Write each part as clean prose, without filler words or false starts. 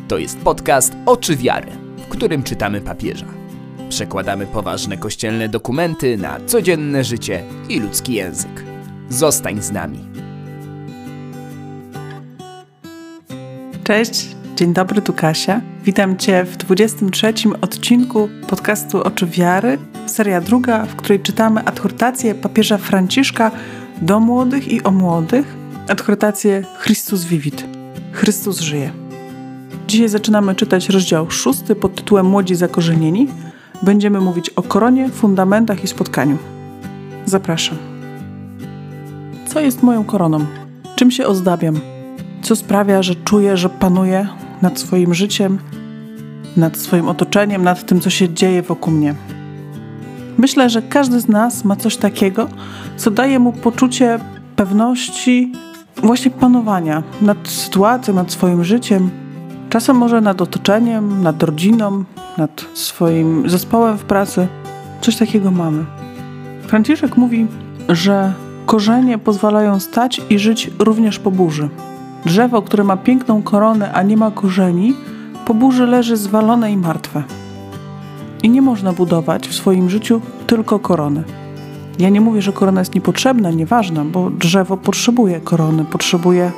To jest podcast Oczy Wiary, w którym czytamy papieża. Przekładamy poważne kościelne dokumenty na codzienne życie i ludzki język. Zostań z nami. Cześć, dzień dobry, tu Kasia. Witam Cię w 23. odcinku podcastu Oczy Wiary, seria druga, w której czytamy adhortację papieża Franciszka do młodych i o młodych, adhortację Christus Vivit, Chrystus żyje. Dzisiaj zaczynamy czytać rozdział 6 pod tytułem Młodzi zakorzenieni. Będziemy mówić o koronie, fundamentach i spotkaniu. Zapraszam. Co jest moją koroną? Czym się ozdabiam? Co sprawia, że czuję, że panuję nad swoim życiem, nad swoim otoczeniem, nad tym, co się dzieje wokół mnie? Myślę, że każdy z nas ma coś takiego, co daje mu poczucie pewności, właśnie panowania nad sytuacją, nad swoim życiem, czasem może nad otoczeniem, nad rodziną, nad swoim zespołem w pracy. Coś takiego mamy. Franciszek mówi, że korzenie pozwalają stać i żyć również po burzy. Drzewo, które ma piękną koronę, a nie ma korzeni, po burzy leży zwalone i martwe. I nie można budować w swoim życiu tylko korony. Ja nie mówię, że korona jest niepotrzebna, nieważna, bo drzewo potrzebuje korony, potrzebuje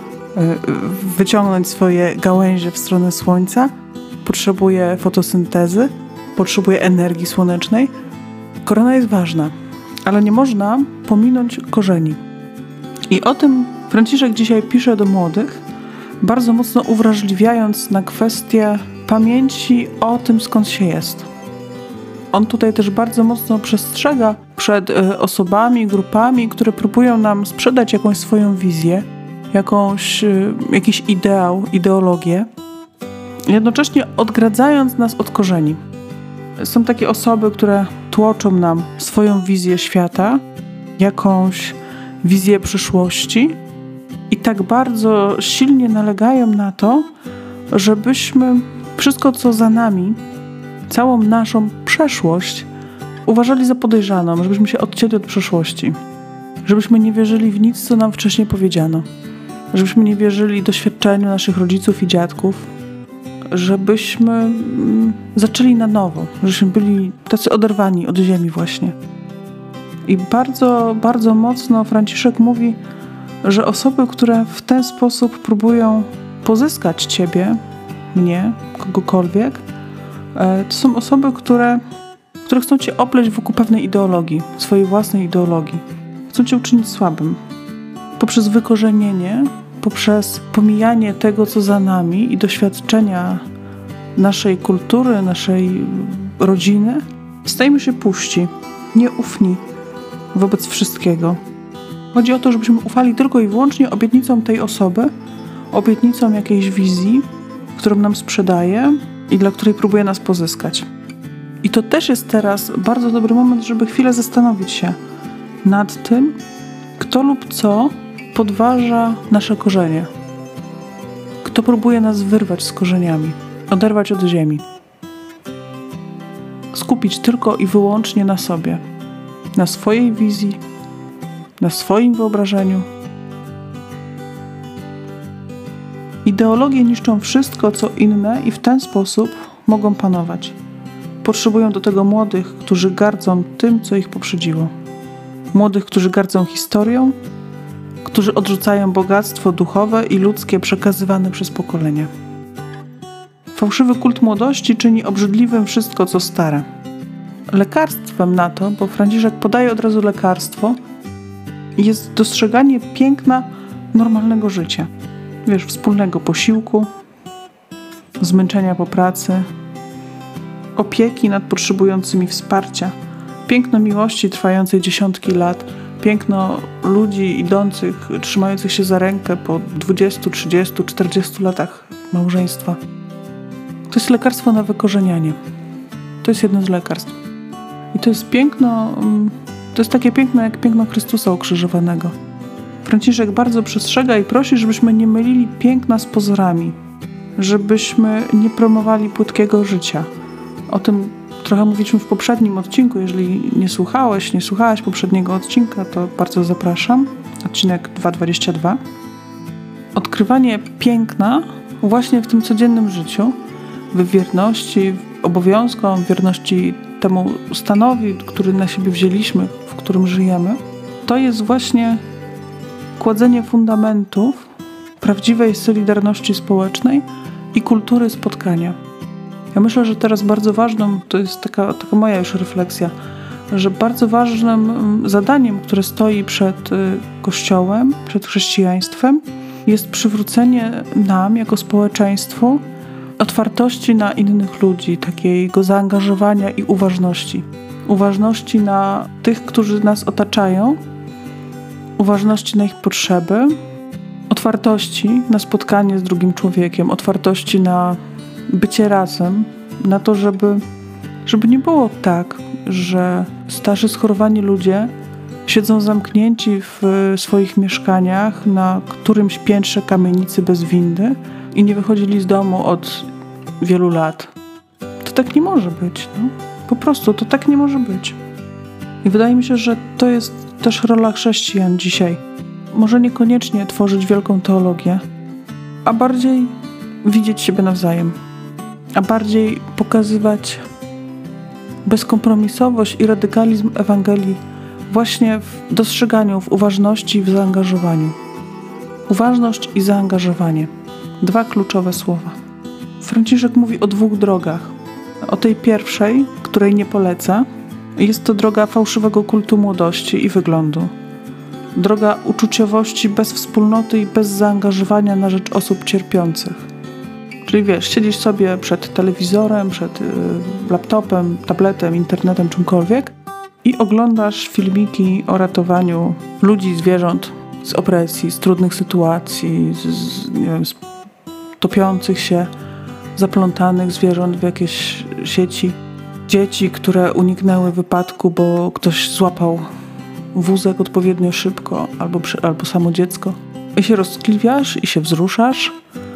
wyciągnąć swoje gałęzie w stronę słońca, potrzebuje fotosyntezy, potrzebuje energii słonecznej. Korona jest ważna, ale nie można pominąć korzeni. I o tym Franciszek dzisiaj pisze do młodych, bardzo mocno uwrażliwiając na kwestię pamięci o tym, skąd się jest. On tutaj też bardzo mocno przestrzega przed osobami, grupami, które próbują nam sprzedać jakąś swoją wizję, jakiś ideał, ideologię, jednocześnie odgradzając nas od korzeni. Są takie osoby, które tłoczą nam swoją wizję świata, jakąś wizję przyszłości i tak bardzo silnie nalegają na to, żebyśmy wszystko, co za nami, całą naszą przeszłość uważali za podejrzaną, żebyśmy się odcięli od przeszłości, żebyśmy nie wierzyli w nic, co nam wcześniej powiedziano, żebyśmy nie wierzyli doświadczeniu naszych rodziców i dziadków, żebyśmy zaczęli na nowo, żebyśmy byli tacy oderwani od ziemi właśnie. I bardzo, bardzo mocno Franciszek mówi, że osoby, które w ten sposób próbują pozyskać Ciebie, mnie, kogokolwiek, to są osoby, które chcą Cię opleść wokół pewnej ideologii, swojej własnej ideologii. Chcą Cię uczynić słabym. Poprzez wykorzenienie, poprzez pomijanie tego, co za nami i doświadczenia naszej kultury, naszej rodziny, stajemy się puści, nieufni wobec wszystkiego. Chodzi o to, żebyśmy ufali tylko i wyłącznie obietnicom tej osoby, obietnicom jakiejś wizji, którą nam sprzedaje i dla której próbuje nas pozyskać. I to też jest teraz bardzo dobry moment, żeby chwilę zastanowić się nad tym, kto lub co podważa nasze korzenie. Kto próbuje nas wyrwać z korzeniami, oderwać od ziemi. Skupić tylko i wyłącznie na sobie, na swojej wizji, na swoim wyobrażeniu. Ideologie niszczą wszystko, co inne i w ten sposób mogą panować. Potrzebują do tego młodych, którzy gardzą tym, co ich poprzedziło. Młodych, którzy gardzą historią, którzy odrzucają bogactwo duchowe i ludzkie przekazywane przez pokolenia. Fałszywy kult młodości czyni obrzydliwym wszystko, co stare. Lekarstwem na to, bo Franciszek podaje od razu lekarstwo, jest dostrzeganie piękna normalnego życia. Wspólnego posiłku, zmęczenia po pracy, opieki nad potrzebującymi wsparcia, piękno miłości trwającej dziesiątki lat, piękno ludzi idących, trzymających się za rękę po 20, 30, 40 latach małżeństwa. To jest lekarstwo na wykorzenianie. To jest jedno z lekarstw. I to jest piękno, to jest takie piękno jak piękno Chrystusa ukrzyżowanego. Franciszek bardzo przestrzega i prosi, żebyśmy nie mylili piękna z pozorami, żebyśmy nie promowali płytkiego życia. O tym trochę mówiliśmy w poprzednim odcinku. Jeżeli nie słuchałaś poprzedniego odcinka, to bardzo zapraszam. Odcinek 2.22. Odkrywanie piękna właśnie w tym codziennym życiu, w wierności obowiązkom, w wierności temu stanowi, który na siebie wzięliśmy, w którym żyjemy, to jest właśnie kładzenie fundamentów prawdziwej solidarności społecznej i kultury spotkania. Ja myślę, że teraz bardzo ważną, to jest taka moja już refleksja, że bardzo ważnym zadaniem, które stoi przed Kościołem, przed chrześcijaństwem, jest przywrócenie nam jako społeczeństwu otwartości na innych ludzi, takiego zaangażowania i uważności. Uważności na tych, którzy nas otaczają, uważności na ich potrzeby, otwartości na spotkanie z drugim człowiekiem, otwartości na bycie razem, na to, żeby nie było tak, że starzy schorowani ludzie siedzą zamknięci w swoich mieszkaniach na którymś piętrze kamienicy bez windy i nie wychodzili z domu od wielu lat. To tak nie może być. No. Po prostu to tak nie może być. I wydaje mi się, że to jest też rola chrześcijan dzisiaj. Może niekoniecznie tworzyć wielką teologię, a bardziej widzieć siebie nawzajem, a bardziej pokazywać bezkompromisowość i radykalizm Ewangelii właśnie w dostrzeganiu, w uważności i w zaangażowaniu. Uważność i zaangażowanie. 2 kluczowe słowa. Franciszek mówi o 2 drogach. O tej pierwszej, której nie poleca, jest to droga fałszywego kultu młodości i wyglądu. Droga uczuciowości bez wspólnoty i bez zaangażowania na rzecz osób cierpiących. Czyli siedzisz sobie przed telewizorem, przed laptopem, tabletem, internetem, czymkolwiek i oglądasz filmiki o ratowaniu ludzi, zwierząt z opresji, z trudnych sytuacji, z topiących się, zaplątanych zwierząt w jakieś sieci. Dzieci, które uniknęły wypadku, bo ktoś złapał wózek odpowiednio szybko albo samo dziecko. I się roztkliwiasz i się wzruszasz,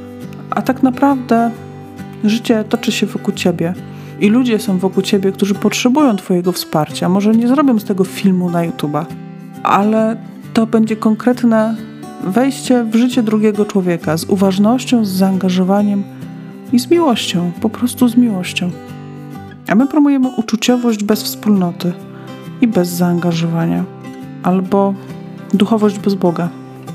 a tak naprawdę życie toczy się wokół ciebie i ludzie są wokół ciebie, którzy potrzebują twojego wsparcia. Może nie zrobią z tego filmu na YouTube'a, ale to będzie konkretne wejście w życie drugiego człowieka z uważnością, z zaangażowaniem i z miłością, po prostu z miłością. A my promujemy uczuciowość bez wspólnoty i bez zaangażowania, albo duchowość bez Boga.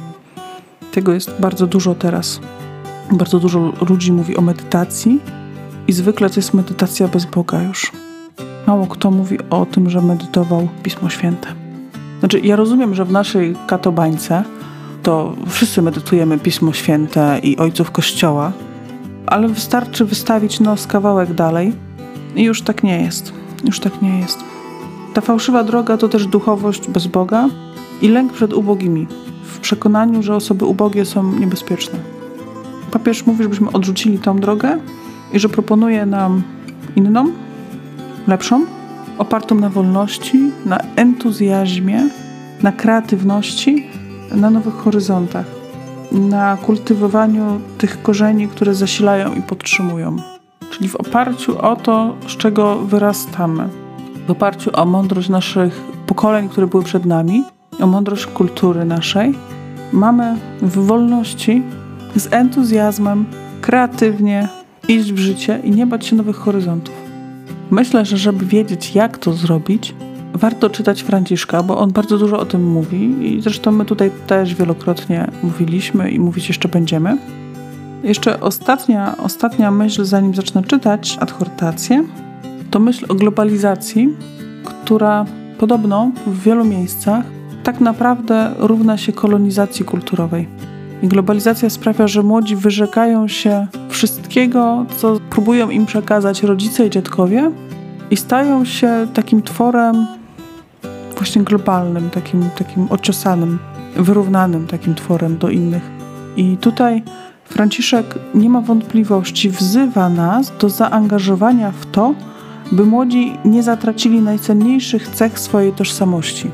Tego jest bardzo dużo teraz. Bardzo dużo ludzi mówi o medytacji i zwykle to jest medytacja bez Boga już. Mało kto mówi o tym, że medytował Pismo Święte. Znaczy, ja rozumiem, że w naszej katobańce to wszyscy medytujemy Pismo Święte i ojców Kościoła, ale wystarczy wystawić nos kawałek dalej i już tak nie jest. Już tak nie jest. Ta fałszywa droga to też duchowość bez Boga i lęk przed ubogimi, w przekonaniu, że osoby ubogie są niebezpieczne. Papież mówi, żebyśmy odrzucili tą drogę i że proponuje nam inną, lepszą, opartą na wolności, na entuzjazmie, na kreatywności, na nowych horyzontach, na kultywowaniu tych korzeni, które zasilają i podtrzymują. Czyli w oparciu o to, z czego wyrastamy, w oparciu o mądrość naszych pokoleń, które były przed nami, o mądrość kultury naszej, mamy w wolności, z entuzjazmem, kreatywnie iść w życie i nie bać się nowych horyzontów. Myślę, że żeby wiedzieć, jak to zrobić, warto czytać Franciszka, bo on bardzo dużo o tym mówi i zresztą my tutaj też wielokrotnie mówiliśmy i mówić jeszcze będziemy. Jeszcze ostatnia myśl, zanim zacznę czytać adhortację, to myśl o globalizacji, która podobno w wielu miejscach tak naprawdę równa się kolonizacji kulturowej. I globalizacja sprawia, że młodzi wyrzekają się wszystkiego, co próbują im przekazać rodzice i dziadkowie i stają się takim tworem właśnie globalnym, takim ociosanym, wyrównanym takim tworem do innych. I tutaj Franciszek nie ma wątpliwości, wzywa nas do zaangażowania w to, by młodzi nie zatracili najcenniejszych cech swojej tożsamości.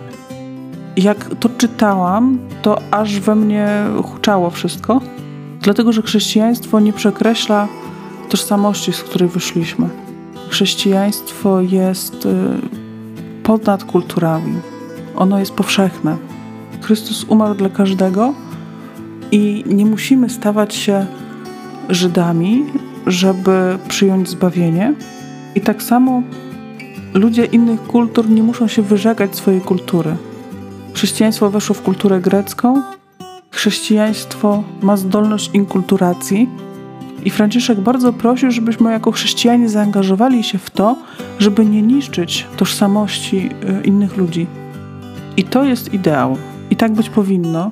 Jak to czytałam, to aż we mnie huczało wszystko, dlatego że chrześcijaństwo nie przekreśla tożsamości, z której wyszliśmy. Chrześcijaństwo jest ponad kulturami. Ono jest powszechne. Chrystus umarł dla każdego i nie musimy stawać się Żydami, żeby przyjąć zbawienie. I tak samo ludzie innych kultur nie muszą się wyrzekać swojej kultury. Chrześcijaństwo weszło w kulturę grecką. Chrześcijaństwo ma zdolność inkulturacji. I Franciszek bardzo prosił, żebyśmy jako chrześcijanie zaangażowali się w to, żeby nie niszczyć tożsamości innych ludzi. I to jest ideał. I tak być powinno.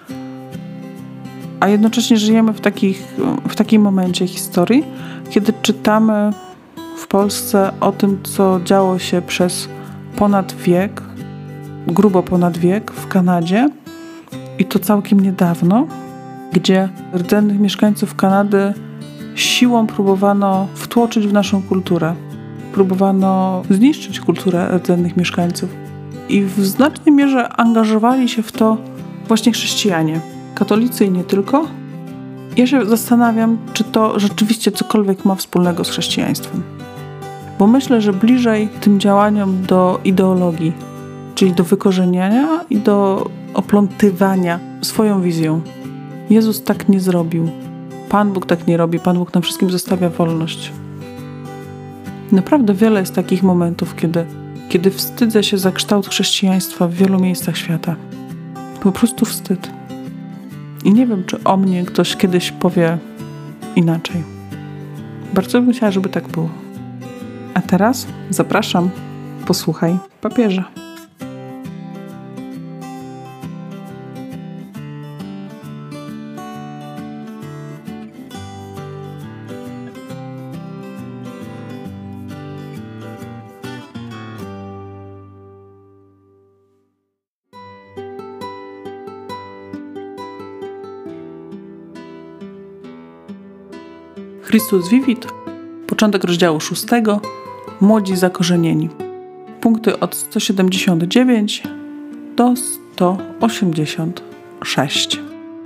A jednocześnie żyjemy w takim momencie historii, kiedy czytamy w Polsce o tym, co działo się przez ponad wiek, grubo ponad wiek w Kanadzie i to całkiem niedawno, gdzie rdzennych mieszkańców Kanady siłą próbowano wtłoczyć w naszą kulturę. Próbowano zniszczyć kulturę rdzennych mieszkańców. I w znacznej mierze angażowali się w to właśnie chrześcijanie. Katolicy i nie tylko. Ja się zastanawiam, czy to rzeczywiście cokolwiek ma wspólnego z chrześcijaństwem. Bo myślę, że bliżej tym działaniom do ideologii, czyli do wykorzeniania i do oplątywania swoją wizją. Jezus tak nie zrobił. Pan Bóg tak nie robi. Pan Bóg nam wszystkim zostawia wolność. Naprawdę wiele jest takich momentów, kiedy wstydzę się za kształt chrześcijaństwa w wielu miejscach świata. Po prostu wstyd. I nie wiem, czy o mnie ktoś kiedyś powie inaczej. Bardzo bym chciała, żeby tak było. A teraz zapraszam, posłuchaj papieża. Chrystus Vivit, początek rozdziału 6, Młodzi zakorzenieni. Punkty od 179 do 186.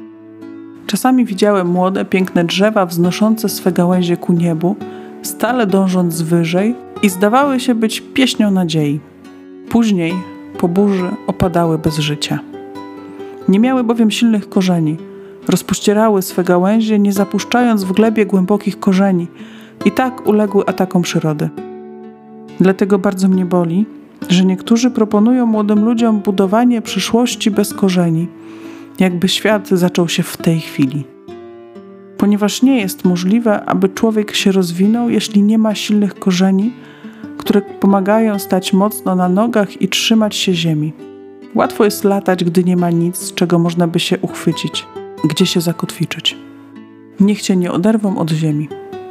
Czasami widziałem młode, piękne drzewa wznoszące swe gałęzie ku niebu, stale dążąc wyżej i zdawały się być pieśnią nadziei. Później, po burzy, opadały bez życia. Nie miały bowiem silnych korzeni. Rozpościerały swe gałęzie, nie zapuszczając w glebie głębokich korzeni i tak uległy atakom przyrody. Dlatego bardzo mnie boli, że niektórzy proponują młodym ludziom budowanie przyszłości bez korzeni, jakby świat zaczął się w tej chwili. Ponieważ nie jest możliwe, aby człowiek się rozwinął, jeśli nie ma silnych korzeni, które pomagają stać mocno na nogach i trzymać się ziemi. Łatwo jest latać, gdy nie ma nic, czego można by się uchwycić, gdzie się zakotwiczyć. Niech cię nie oderwą od ziemi.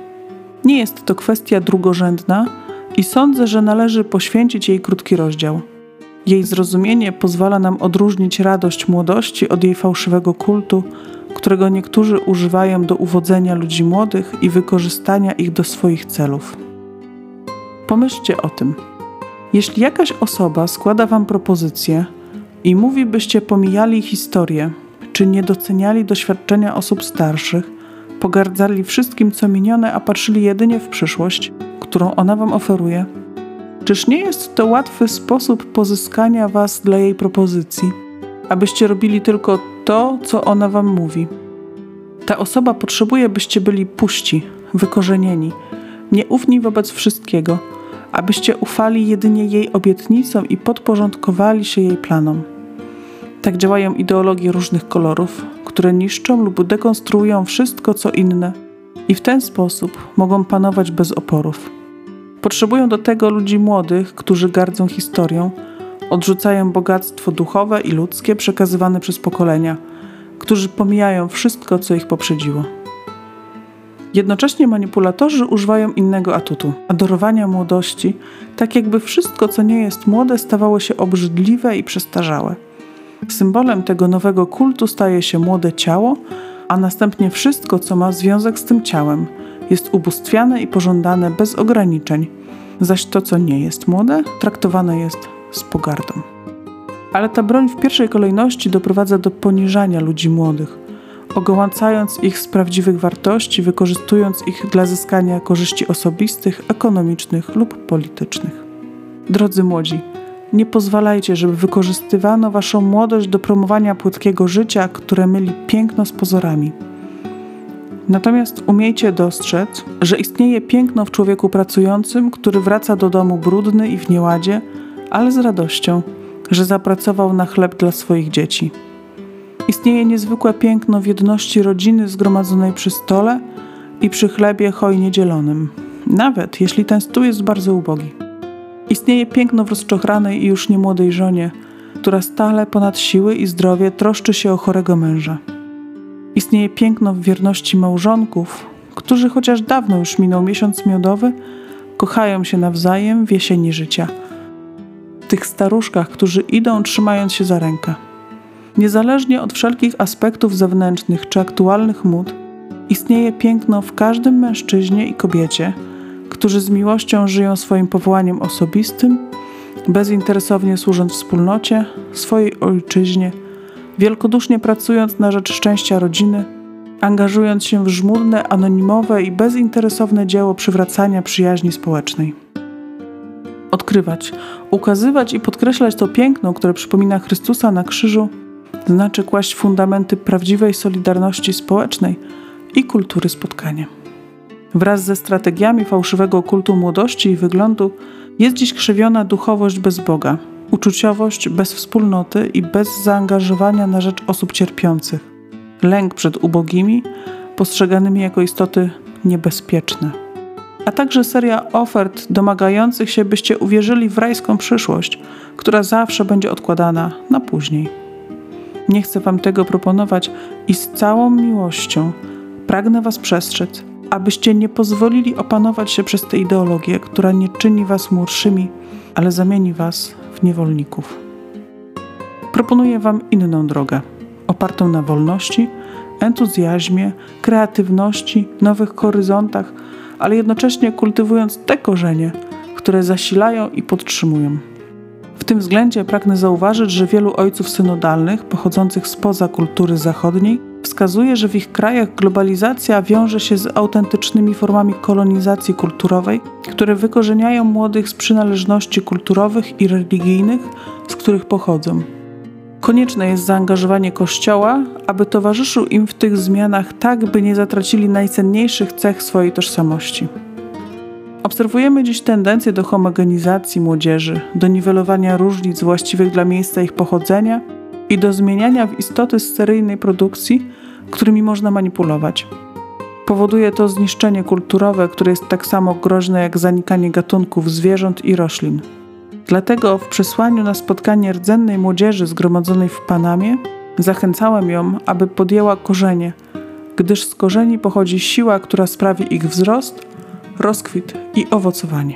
Nie jest to kwestia drugorzędna i sądzę, że należy poświęcić jej krótki rozdział. Jej zrozumienie pozwala nam odróżnić radość młodości od jej fałszywego kultu, którego niektórzy używają do uwodzenia ludzi młodych i wykorzystania ich do swoich celów. Pomyślcie o tym. Jeśli jakaś osoba składa wam propozycję i mówi, byście pomijali historię, czy nie doceniali doświadczenia osób starszych, pogardzali wszystkim, co minione, a patrzyli jedynie w przyszłość, którą ona wam oferuje? Czyż nie jest to łatwy sposób pozyskania was dla jej propozycji, abyście robili tylko to, co ona wam mówi? Ta osoba potrzebuje, byście byli puści, wykorzenieni, nieufni wobec wszystkiego, abyście ufali jedynie jej obietnicom i podporządkowali się jej planom. Tak działają ideologie różnych kolorów, które niszczą lub dekonstruują wszystko, co inne i w ten sposób mogą panować bez oporów. Potrzebują do tego ludzi młodych, którzy gardzą historią, odrzucają bogactwo duchowe i ludzkie przekazywane przez pokolenia, którzy pomijają wszystko, co ich poprzedziło. Jednocześnie manipulatorzy używają innego atutu, adorowania młodości, tak jakby wszystko, co nie jest młode, stawało się obrzydliwe i przestarzałe. Symbolem tego nowego kultu staje się młode ciało, a następnie wszystko, co ma związek z tym ciałem, jest ubóstwiane i pożądane bez ograniczeń, zaś to, co nie jest młode, traktowane jest z pogardą. Ale ta broń w pierwszej kolejności doprowadza do poniżania ludzi młodych, ogołacając ich z prawdziwych wartości, wykorzystując ich dla zyskania korzyści osobistych, ekonomicznych lub politycznych. Drodzy młodzi, nie pozwalajcie, żeby wykorzystywano waszą młodość do promowania płytkiego życia, które myli piękno z pozorami. Natomiast umiejcie dostrzec, że istnieje piękno w człowieku pracującym, który wraca do domu brudny i w nieładzie, ale z radością, że zapracował na chleb dla swoich dzieci. Istnieje niezwykłe piękno w jedności rodziny zgromadzonej przy stole i przy chlebie hojnie dzielonym, nawet jeśli ten stół jest bardzo ubogi. Istnieje piękno w rozczochranej i już niemłodej żonie, która stale ponad siły i zdrowie troszczy się o chorego męża. Istnieje piękno w wierności małżonków, którzy chociaż dawno już minął miesiąc miodowy, kochają się nawzajem w jesieni życia. W tych staruszkach, którzy idą trzymając się za rękę. Niezależnie od wszelkich aspektów zewnętrznych czy aktualnych mód, istnieje piękno w każdym mężczyźnie i kobiecie, którzy z miłością żyją swoim powołaniem osobistym, bezinteresownie służąc wspólnocie, swojej ojczyźnie, wielkodusznie pracując na rzecz szczęścia rodziny, angażując się w żmudne, anonimowe i bezinteresowne dzieło przywracania przyjaźni społecznej. Odkrywać, ukazywać i podkreślać to piękno, które przypomina Chrystusa na krzyżu, znaczy kłaść fundamenty prawdziwej solidarności społecznej i kultury spotkania. Wraz ze strategiami fałszywego kultu młodości i wyglądu jest dziś krzywiona duchowość bez Boga, uczuciowość bez wspólnoty i bez zaangażowania na rzecz osób cierpiących, lęk przed ubogimi, postrzeganymi jako istoty niebezpieczne, a także seria ofert domagających się, byście uwierzyli w rajską przyszłość, która zawsze będzie odkładana na później. Nie chcę wam tego proponować i z całą miłością pragnę was przestrzec, abyście nie pozwolili opanować się przez tę ideologię, która nie czyni was młodszymi, ale zamieni was w niewolników. Proponuję wam inną drogę, opartą na wolności, entuzjazmie, kreatywności, nowych horyzontach, ale jednocześnie kultywując te korzenie, które zasilają i podtrzymują. W tym względzie pragnę zauważyć, że wielu ojców synodalnych pochodzących spoza kultury zachodniej wskazuje, że w ich krajach globalizacja wiąże się z autentycznymi formami kolonizacji kulturowej, które wykorzeniają młodych z przynależności kulturowych i religijnych, z których pochodzą. Konieczne jest zaangażowanie Kościoła, aby towarzyszył im w tych zmianach tak, by nie zatracili najcenniejszych cech swojej tożsamości. Obserwujemy dziś tendencję do homogenizacji młodzieży, do niwelowania różnic właściwych dla miejsca ich pochodzenia i do zmieniania w istoty seryjnej produkcji, którymi można manipulować. Powoduje to zniszczenie kulturowe, które jest tak samo groźne jak zanikanie gatunków zwierząt i roślin. Dlatego w przesłaniu na spotkanie rdzennej młodzieży zgromadzonej w Panamie zachęcałem ją, aby podjęła korzenie, gdyż z korzeni pochodzi siła, która sprawi ich wzrost, rozkwit i owocowanie.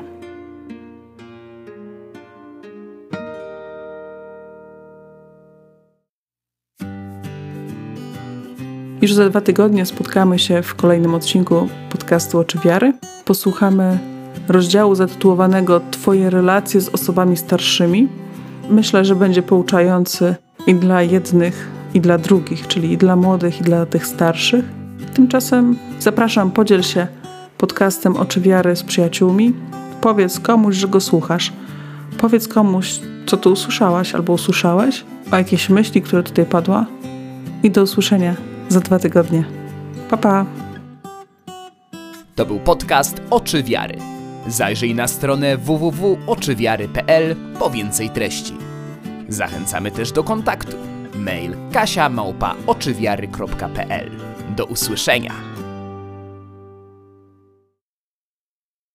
Już za 2 tygodnie spotkamy się w kolejnym odcinku podcastu Oczy Wiary. Posłuchamy rozdziału zatytułowanego Twoje relacje z osobami starszymi. Myślę, że będzie pouczający i dla jednych, i dla drugich, czyli i dla młodych, i dla tych starszych. Tymczasem zapraszam, podziel się podcastem Oczy Wiary z przyjaciółmi. Powiedz komuś, że go słuchasz. Powiedz komuś, co tu usłyszałaś albo usłyszałeś, o jakieś myśli, które tutaj padła. I do usłyszenia za 2 tygodnie. Pa, pa! To był podcast Oczy Wiary. Zajrzyj na stronę www.oczywiary.pl po więcej treści. Zachęcamy też do kontaktu. Mail kasia@oczywiary.pl. Do usłyszenia!